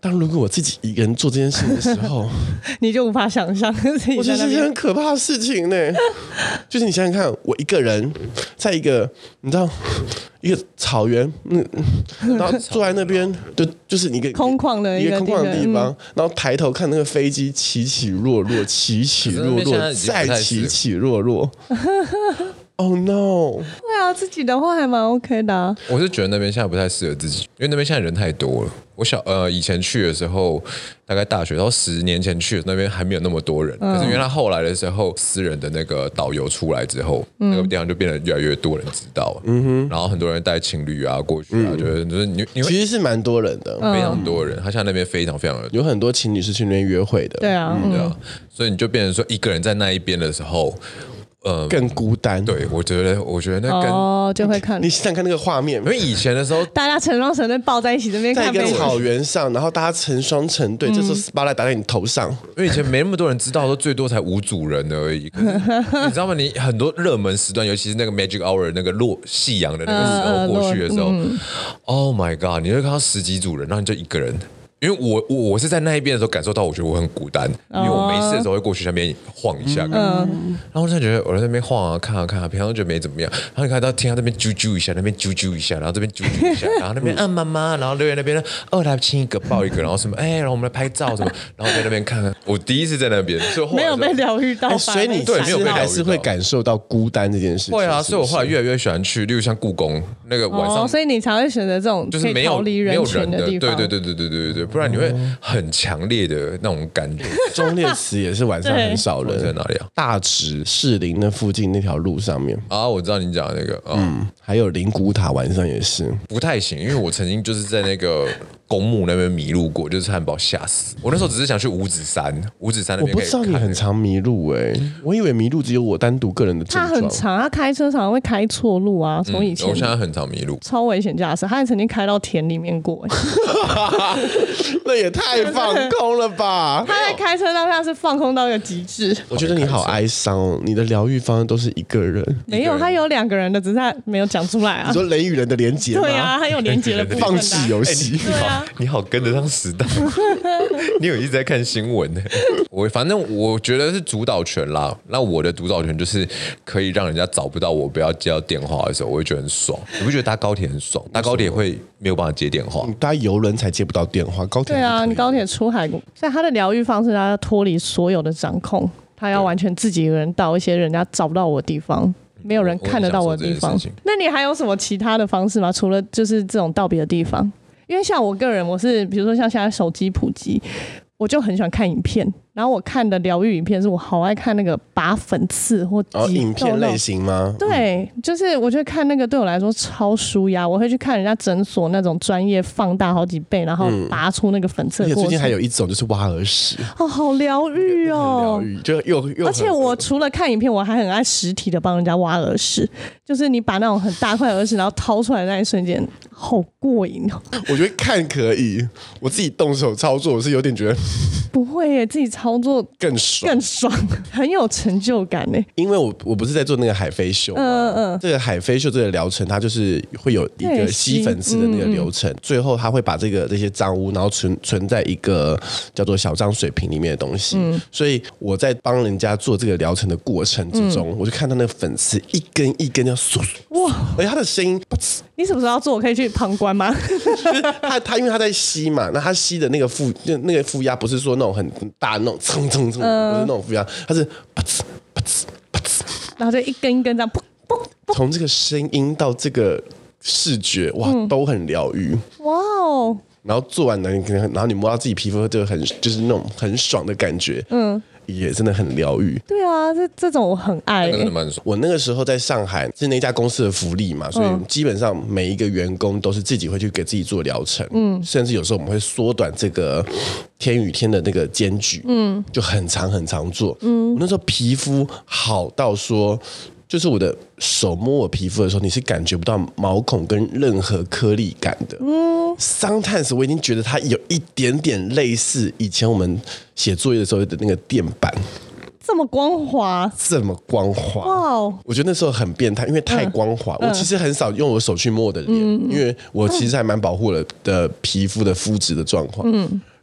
当如果我自己一个人做这件事情的时候， 你就无法想象自己我觉得是一件很可怕的事情呢。就是你想想看，我一个人在一个你知道一个草原，嗯，然后坐在那边，就就是一个空旷的一个空旷的地方， 嗯、 然后抬头看那个飞机起起落落，起起落落，再起起落落。Oh no！ 对啊，自己的话还蛮 OK 的、啊。 我是觉得那边现在不太适合自己，因为那边现在人太多了。我小呃以前去的时候，大概大学，然后十年前去的那边还没有那么多人。嗯、可是原来后来的时候，私人的那个导游出来之后，嗯、那个地方就变得越来越多人知道。嗯哼，然后很多人带情侣啊过去啊，嗯、就是就是你你其实是蛮多人的， 非常多人。他现在那边非常非常的多， 有很多情侣是去那边约会的。 对啊，嗯、 对啊，所以你就变成说一个人在那一边的时候。 呃，更孤单。 对，我觉得，我觉得那跟哦，就会看你想想看那个画面， 因为以前的时候， 大家成双成对抱在一起，这边看在一个草原上，然后大家成双成对，嗯、这时候 spotlight 打在你头上。 因为以前没那么多人知道，都最多才五组人而已。可是你知道吗？你很多热门时段，尤其是那个 Magic Hour 那个落夕阳的那个时候过去的时候、嗯、，Oh my God， 你会看到十几组人，然后你就一个人。因为我我我是在那一边的时候感受到，我觉得我很孤单，因为我没事的时候会过去那边晃一下，嗯、然后我就觉得我在那边晃啊看啊看啊，平常觉得没怎么样，然后你看到听到那边啾啾一下，那边啾啾一下，然后这边啾啾一下，然后那边嗯妈妈，然后留言那边哦来亲一个抱一个，然后什么哎，然后我们来拍照什么，然后在那边看看，我第一次在那边，所以后来没有被疗愈到、 哎，所以你对没有被疗愈到， 还是会感受到孤单这件事情。 会啊，所以我后来越来越喜欢去，例如像故宫那个晚上， 哦、所以你才会选择这种就是没有逃离人群的地方， 对对对对对对对对，不然你会。很强烈的那种感觉， 忠烈祠也是晚上很少人。 在哪里啊？ 大直士林那附近那条路上面啊，我知道你讲的那个，哦、 嗯，还有灵骨塔晚上也是不太行，因为我曾经就是在那个公墓那边迷路过，就是汉堡吓死我。那时候只是想去五指山，五指山那边可以看。 我不知道你很常迷路哎、欸，我以为迷路只有我单独个人的症状。 他很常，他开车常常会开错路啊，从以前、 嗯。我现在很常迷路， 超危险驾驶，他还曾经开到田里面过、欸， 那也太放空了吧！ 他在开车当下是放空到一个极致。 我觉得你好哀伤哦，你的疗愈方式都是一个人。 没有，他有两个人的，只是他没有讲出来啊。 你说人与人的连结吗？ 对啊，他有连结的部分、啊。 放弃游戏、 欸，你好，啊、你好跟得上时代。你有一直在看新闻呢？我反正我觉得是主导权啦。那我的主导权就是可以让人家找不到我，不要接到电话的时候，我会觉得很爽。你不觉得搭高铁很爽？搭高铁会没有办法接电话， 你搭邮轮才接不到电话。高铁对啊，你高铁出海，所以他的疗愈方式，他要脱离所有的掌控，他要完全自己一个人到一些人家找不到我的地方。没有人看得到我的地方。那你还有什么其他的方式吗？除了就是这种道别的地方？因为像我个人，我是比如说像现在手机普及，我就很喜欢看影片。然后我看的疗愈影片是我好爱看那个拔粉刺或哦，影片类型吗？ 对，就是我觉得看那个对我来说超舒压。我会去看人家诊所那种专业放大好几倍，然后拔出那个粉刺的过程。而且最近还有一种就是挖耳屎， 哦，好疗愈哦， 疗愈就又又。 而且我除了看影片，我还很爱实体的帮人家挖耳屎，就是你把那种很大块耳屎然后掏出来的那一瞬间，好过瘾哦。 我觉得看可以，我自己动手操作，我是有点觉得不会耶，自己操作更爽， 更爽，很有成就感耶。 因为我我不是在做那个海飞秀嘛，嗯嗯，这个海飞秀这个疗程，它就是会有一个吸粉刺的那个流程，嗯嗯，最后它会把这个这些脏污，然后存存在一个叫做小脏水瓶里面的东西。嗯，所以我在帮人家做这个疗程的过程之中，嗯，我就看到那个粉刺一根一根要嗖哇，而且它的声音， 你什么时候要做？我可以去旁观吗？ 他他因为他在吸嘛，那他吸的那个负就那个负压不是说那种很大那种蹭蹭蹭，不是那种负压，它是啪呲啪呲啪呲， 然后就一根一根这样砰砰砰， 从这个声音到这个视觉，哇，嗯，都很疗愈。哇哦！然后做完了，你可能然后你摸到自己皮肤就很就是那种很爽的感觉，嗯。也真的很疗愈。 对啊，这这种我很爱、欸。 我那个时候在上海是那家公司的福利嘛，所以基本上每一个员工都是自己会去给自己做疗程，嗯，甚至有时候我们会缩短这个天与天的那个间距，嗯，就很长很长做。嗯，我那时候皮肤好到说。就是我的手摸我皮肤的时候，你是感觉不到毛孔跟任何颗粒感的。嗯 ，sometimes 我已经觉得它有一点点类似以前我们写作业的时候的那个垫板， 这么光滑， 这么光滑。哇、wow ！我觉得那时候很变态，因为太光滑。嗯、我其实很少用我手去摸我的脸，嗯、因为我其实还蛮保护了的皮肤的肤质的状况。嗯。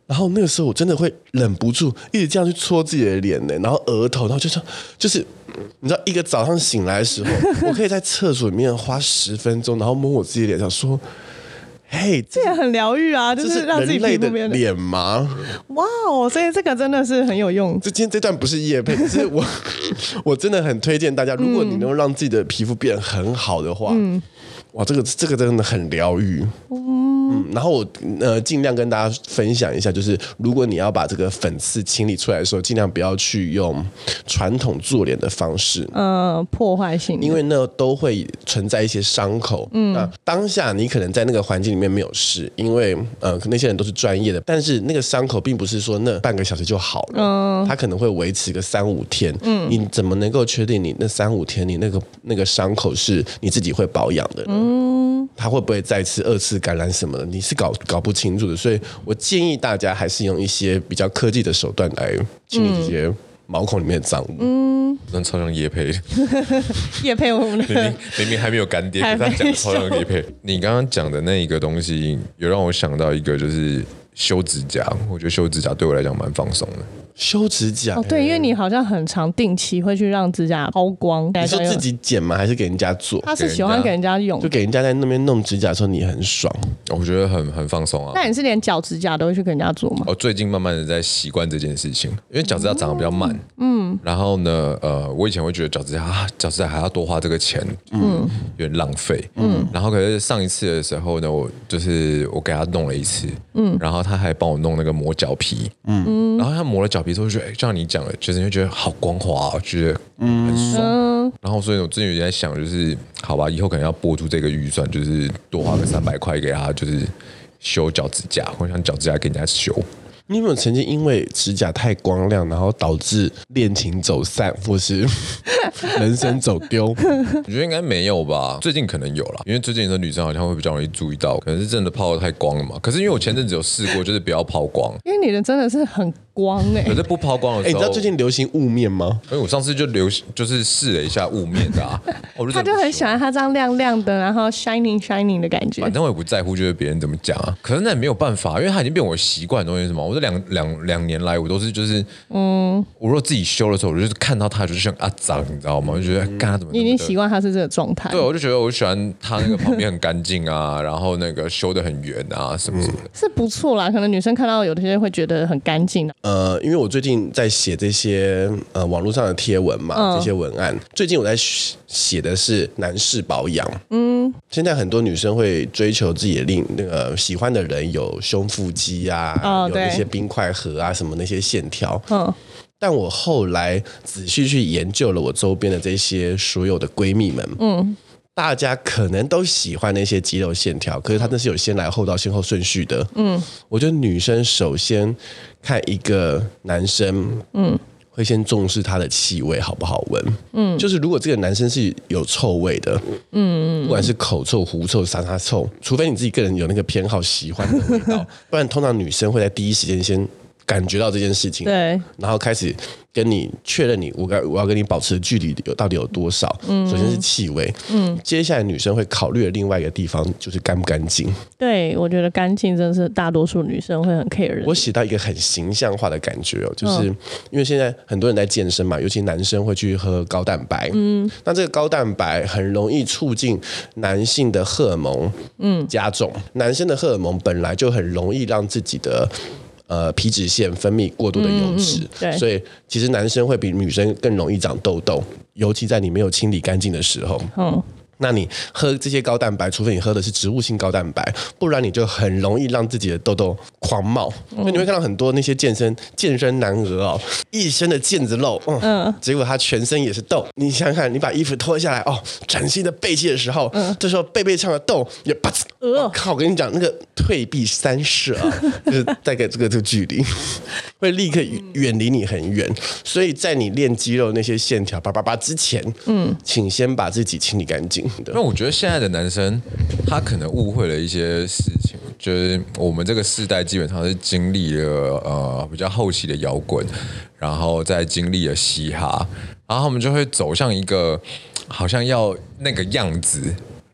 然后那个时候我真的会忍不住一直这样去搓自己的脸呢，然后额头，然后就说就是你知道一个早上醒来的时候，我可以在厕所里面花十分钟，然后摸我自己的脸，想说。嘿， 这也很疗愈啊，就是让自己皮肤变脸吗？ 哇哦，所以这个真的是很有用。 这今天这段不是业配，可是我我真的很推荐大家，如果你能让自己的皮肤变很好的话，嗯、哇，这个这个真的很疗愈。嗯，然后我呃尽量跟大家分享一下，就是如果你要把这个粉刺清理出来的时候，尽量不要去用传统做脸的方式， 呃，破坏性， 因为那都会存在一些伤口。嗯，那当下你可能在那个环境里面没有事，因为呃那些人都是专业的，但是那个伤口并不是说那半个小时就好了，嗯，它可能会维持个三五天。嗯，你怎么能够确定你那三五天你那个那个伤口是你自己会保养的呢？嗯，它会不会再次二次感染什么的？你是搞搞不清楚的，所以我建议大家还是用一些比较科技的手段来清理这些毛孔里面的脏物。嗯， 真超像业配的， 业配我们的明明明明还没有干爹，可是他讲的超像业配。你刚刚讲的那一个东西，有让我想到一个，就是修指甲。我觉得修指甲对我来讲蛮放松的。 修指甲哦，对，因为你好像很常定期会去让指甲抛光。 你说自己剪吗？还是给人家做？ 他是喜欢给人家用， 就给人家在那边弄指甲的时候，你很爽。 我觉得很很放松啊。 那你是连脚指甲都会去给人家做吗？ 我最近慢慢的在习惯这件事情，因为脚指甲长得比较慢，嗯，然后呢，呃，我以前会觉得脚指甲啊，脚指甲还要多花这个钱，嗯，有点浪费，嗯，然后可是上一次的时候呢，我就是我给他弄了一次，嗯，然后他还帮我弄那个磨脚皮，嗯，然后他磨了脚皮之后，就觉得，哎，就像你讲的，就是你会觉得好光滑，我觉得很爽。嗯，然后所以我最近有在想，就是好吧，以后可能要拨出这个预算，就是多花个三百块给他，就是修脚指甲，或者像脚指甲给人家修。 你有没有曾经因为指甲太光亮，然后导致恋情走散，或是人生走丢？ 我觉得应该没有吧，最近可能有啦，因为最近的女生好像会比较容易注意到，可能是真的泡得太光了嘛。可是因为我前阵子有试过，就是不要抛光， 因为你的真的是很光哎、欸。 可是不抛光的时候， 哎、欸，你知道最近流行雾面吗？ 因为我上次就流就是试了一下雾面的啊，我就他就很喜欢它这样亮亮的，然后 shining shining 的感觉。 反正我也不在乎，就是别人怎么讲啊。可是那也没有办法，因为它已经变我习惯的东西是什么？我这两两两年来，我都是就是嗯，我如果自己修的时候，我就是看到它就是像阿脏，你知道吗？我就觉得干他怎么？ 你已经习惯它是这个状态。 对，我就觉得我喜欢它那个旁边很干净啊，然后那个修得很圆啊，什么什么的， 是不错啦。可能女生看到有的些会觉得很干净。 呃，因为我最近在写这些呃网络上的贴文嘛，嗯、这些文案，最近我在写的是男士保养。嗯，现在很多女生会追求自己的另那个喜欢的人有胸腹肌啊，哦、有那些冰块盒啊，什么那些线条。嗯。但我后来仔细去研究了我周边的这些所有的闺蜜们，嗯，大家可能都喜欢那些肌肉线条，可是它那是有先来后到先后顺序的，嗯，我觉得女生首先看一个男生，嗯，会先重视他的气味好不好闻，嗯，就是如果这个男生是有臭味的，嗯，不管是口臭、狐臭、沙沙臭，除非你自己个人有那个偏好喜欢的味道，不然通常女生会在第一时间先感觉到这件事情， 对， 然后开始跟你确认你我该我要跟你保持的距离有到底有多少。嗯，首先是气味，嗯，接下来女生会考虑的另外一个地方就是干不干净。 对，我觉得干净真的是大多数女生会很 care 的。 我写到一个很形象化的感觉哦，就是因为现在很多人在健身嘛，尤其男生会去喝高蛋白，嗯，那这个高蛋白很容易促进男性的荷尔蒙嗯加重，嗯，男生的荷尔蒙本来就很容易让自己的呃，皮脂腺分泌过多的油脂，嗯嗯，所以其实男生会比女生更容易长痘痘，尤其在你没有清理干净的时候。嗯，那你喝这些高蛋白，除非你喝的是植物性高蛋白，不然你就很容易让自己的痘痘狂冒。嗯，所以你会看到很多那些健身健身男儿哦，一身的腱子肉，嗯，嗯结果他全身也是痘。你想想看，你把衣服脱下来哦，崭新的背肌的时候，嗯，这时候背背上的痘也啪嚓，呃，我靠！我跟你讲，那个退避三舍啊，就是大概这个这个距离，会立刻远离你很远。所以在你练肌肉那些线条叭叭叭之前，嗯，请先把自己清理干净。 因为我觉得现在的男生他可能误会了一些事情，就是我们这个世代基本上是经历了呃比较后期的摇滚，然后再经历了嘻哈，然后他们就会走向一个好像要那个样子，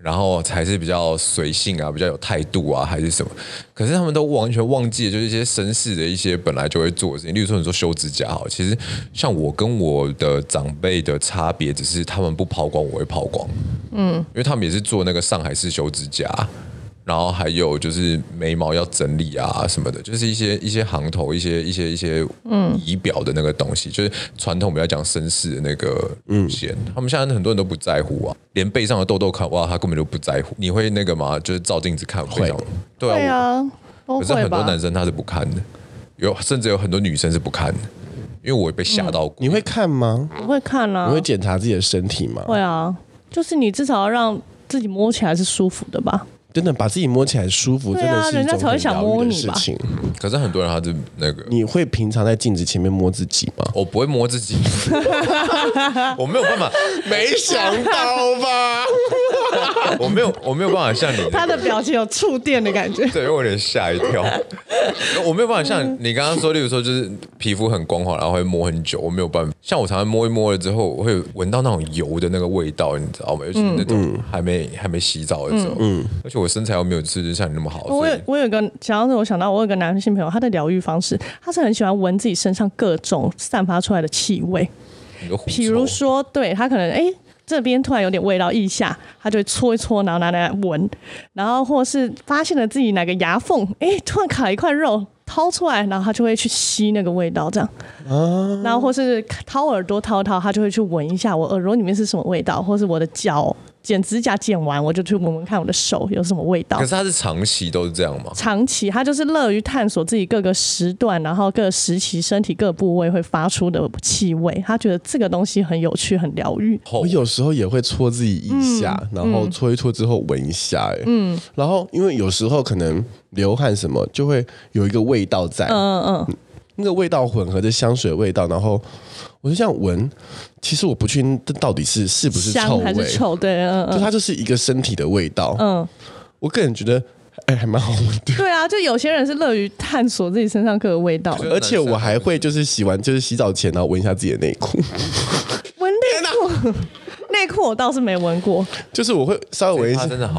然后才是比较随性啊，比较有态度啊，还是什么？可是他们都完全忘记了，就是一些绅士的一些本来就会做的事情。例如说，你说修指甲好，其实像我跟我的长辈的差别，只是他们不抛光，我会抛光。嗯，因为他们也是做那个上海式修指甲。然后还有就是眉毛要整理啊什么的，就是一些一些行头、一些一些一些仪表的那个东西，就是传统比较讲绅士的那个路线。嗯、他们现在很多人都不在乎啊，连背上的痘痘看哇，他根本就不在乎。你会那个吗？就是照镜子看背上，对啊， 对啊， 可是很多男生他是不看的，有甚至有很多女生是不看的，因为我被吓到过。 嗯、你会看吗？ 我会看啊。 你会检查自己的身体吗？ 会啊，就是你至少要让自己摸起来是舒服的吧。 真的把自己摸起来舒服，真的是一种很疗愈的事情。 可是很多人他是那个， 你会平常在镜子前面摸自己吗？ 我不会摸自己，我没有办法。 没想到吧？ 我没有，我没有办法像你、那個。 他的表情有触电的感觉， 对，我有点吓一跳。我没有办法像你刚刚说，例如说就是皮肤很光滑，然后会摸很久，我没有办法。像我常常摸一摸了之后，我会闻到那种油的那个味道，你知道吗？尤其是那种还没、嗯、还没洗澡的时候，嗯，而且我身材又没有吃像你那么好。 我有我有个想到我想到我有个男性朋友，他的疗愈方式，他是很喜欢闻自己身上各种散发出来的气味，比如说，对他可能哎。欸这边突然有点味道腋下，他就会搓一搓，然后拿来闻，然后或是发现了自己哪个牙缝，哎，突然卡了一块肉，掏出来，然后他就会去吸那个味道，这样，啊、然后或是掏耳朵掏掏，他就会去闻一下我耳朵里面是什么味道，或是我的脚剪指甲剪完，我就去闻闻看我的手有什么味道。 可是他是长期都是这样吗？ 长期，他就是乐于探索自己各个时段，然后各个时期身体各部位会发出的气味，他觉得这个东西很有趣，很疗愈。 我有时候也会搓自己一下，嗯、然后搓一搓之后闻一下，哎，嗯，然后因为有时候可能流汗什么，就会有一个味道在，嗯嗯嗯，那个味道混合着香水味道，然后我就这样闻。其实我不确定这到底是是不是臭味， 香还是臭？对，嗯嗯， 就它就是一个身体的味道。嗯，我个人觉得，哎，还蛮好闻的。 对啊，就有些人是乐于探索自己身上各个味道， 而且我还会就是洗完就是洗澡前，然后闻一下自己的内裤。 闻内裤，内裤我倒是没闻过， 就是我会稍微闻一下， 真的好。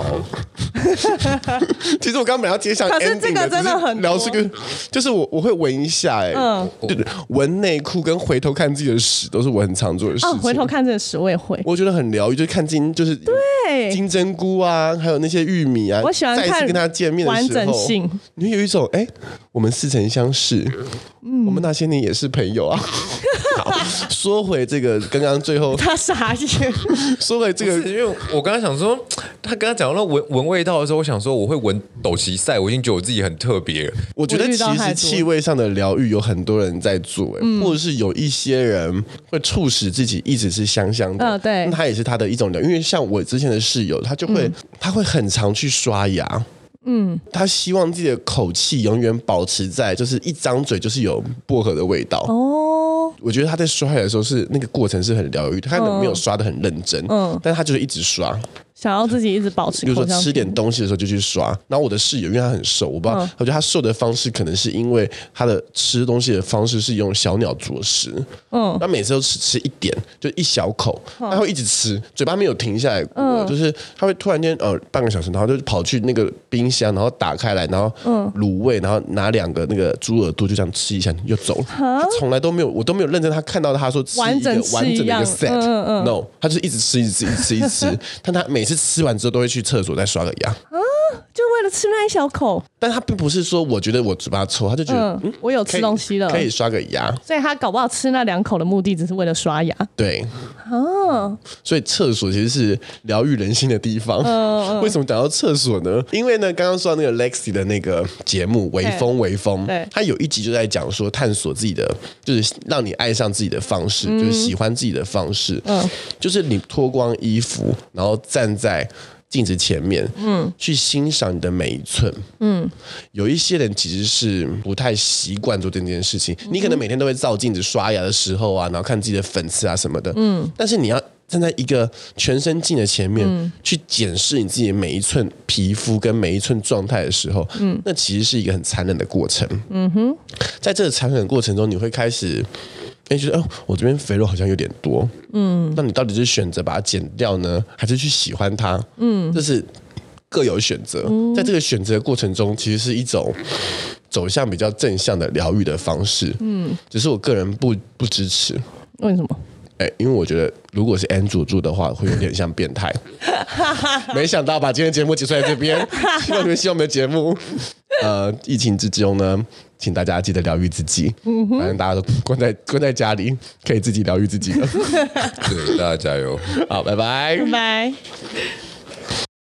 其实我刚刚本来要接上 ending 的， 可是这个真的很聊这个，就是我我会闻一下、欸，哎、嗯，对对，闻内裤跟回头看自己的屎都是我很常做的事情。哦， 回头看自己的屎我也会， 我觉得很疗愈，就是看金，就是对金针菇啊，还有那些玉米啊， 我喜欢看再一次跟他见面的时候，完整性，你会有一种哎、欸，我们似曾相识，嗯，我们那些年也是朋友啊。好，说回这个，刚刚最后他傻眼。 说回这个， 因为我刚刚想说，他刚刚讲到闻闻味道的时候，我想说我会闻斗旗赛，我已经觉得我自己很特别了。 我觉得其实气味上的疗愈有很多人在做、嗯，或者是有一些人会促使自己一直是香香的。嗯、 对， 那他也是他的一种疗愈。因为像我之前的室友，他就会、嗯、他会很常去刷牙。嗯，他希望自己的口气永远保持在，就是一张嘴就是有薄荷的味道。哦，我觉得他在刷牙的时候是那个过程是很疗愈，他可能没有刷得很认真，嗯，但是他就是一直刷。 想要自己一直保持口香， 比如说吃点东西的时候就去刷。然后我的室友因为他很瘦，我不知道，嗯、我觉得他瘦的方式可能是因为他的吃东西的方式是用小鸟啄食，嗯，他每次都吃吃一点，就一小口，嗯、他会一直吃，嘴巴没有停下来过，嗯、就是他会突然间呃半个小时，然后就跑去那个冰箱，然后打开来，然后卤味，然后拿两个那个猪耳朵就这样吃一下又走了。他从来都没有，我都没有认真他看到他说吃一个完整的一个 set， 嗯嗯 no， 他就是一直吃一直吃一直吃一直吃，但他每次吃完之后都会去厕所再刷个牙啊， 就为了吃那一小口。 但他并不是说我觉得我嘴巴臭，他就觉得、嗯嗯、 我有吃东西了， 可以刷个牙。 所以他搞不好吃那两口的目的只是为了刷牙。 对啊，所以厕所其实是疗愈人心的地方。嗯嗯、为什么讲到厕所呢？因为呢，刚刚说到那个 Lexi 的那个节目《微风微风》，他有一集就在讲说探索自己的，就是让你爱上自己的方式，嗯、就是喜欢自己的方式。嗯，就是你脱光衣服，然后站在镜子前面，嗯，去欣赏你的每一寸，嗯，有一些人其实是不太习惯做这件事情。嗯、你可能每天都会照镜子刷牙的时候啊，然后看自己的粉刺啊什么的，嗯，但是你要站在一个全身镜的前面，嗯、去检视你自己的每一寸皮肤跟每一寸状态的时候，嗯，那其实是一个很残忍的过程。嗯哼，在这个残忍的过程中，你会开始哎，觉得哦，我这边肥肉好像有点多，嗯，那你到底是选择把它减掉呢，还是去喜欢它？嗯，这是各有选择，在这个选择过程中，其实是一种走向比较正向的疗愈的方式，嗯，只是我个人不不支持。 为什么？ 哎，因为我觉得如果是 Andrew 住的话，会有点像变态。没想到把今天节目结束在这边，希望你们喜欢我们的节目。呃，疫情之中呢，请大家记得疗愈自己。嗯、反正大家都关在关在家里，可以自己疗愈自己了。 对，大家加油！ 好，拜拜， 拜拜。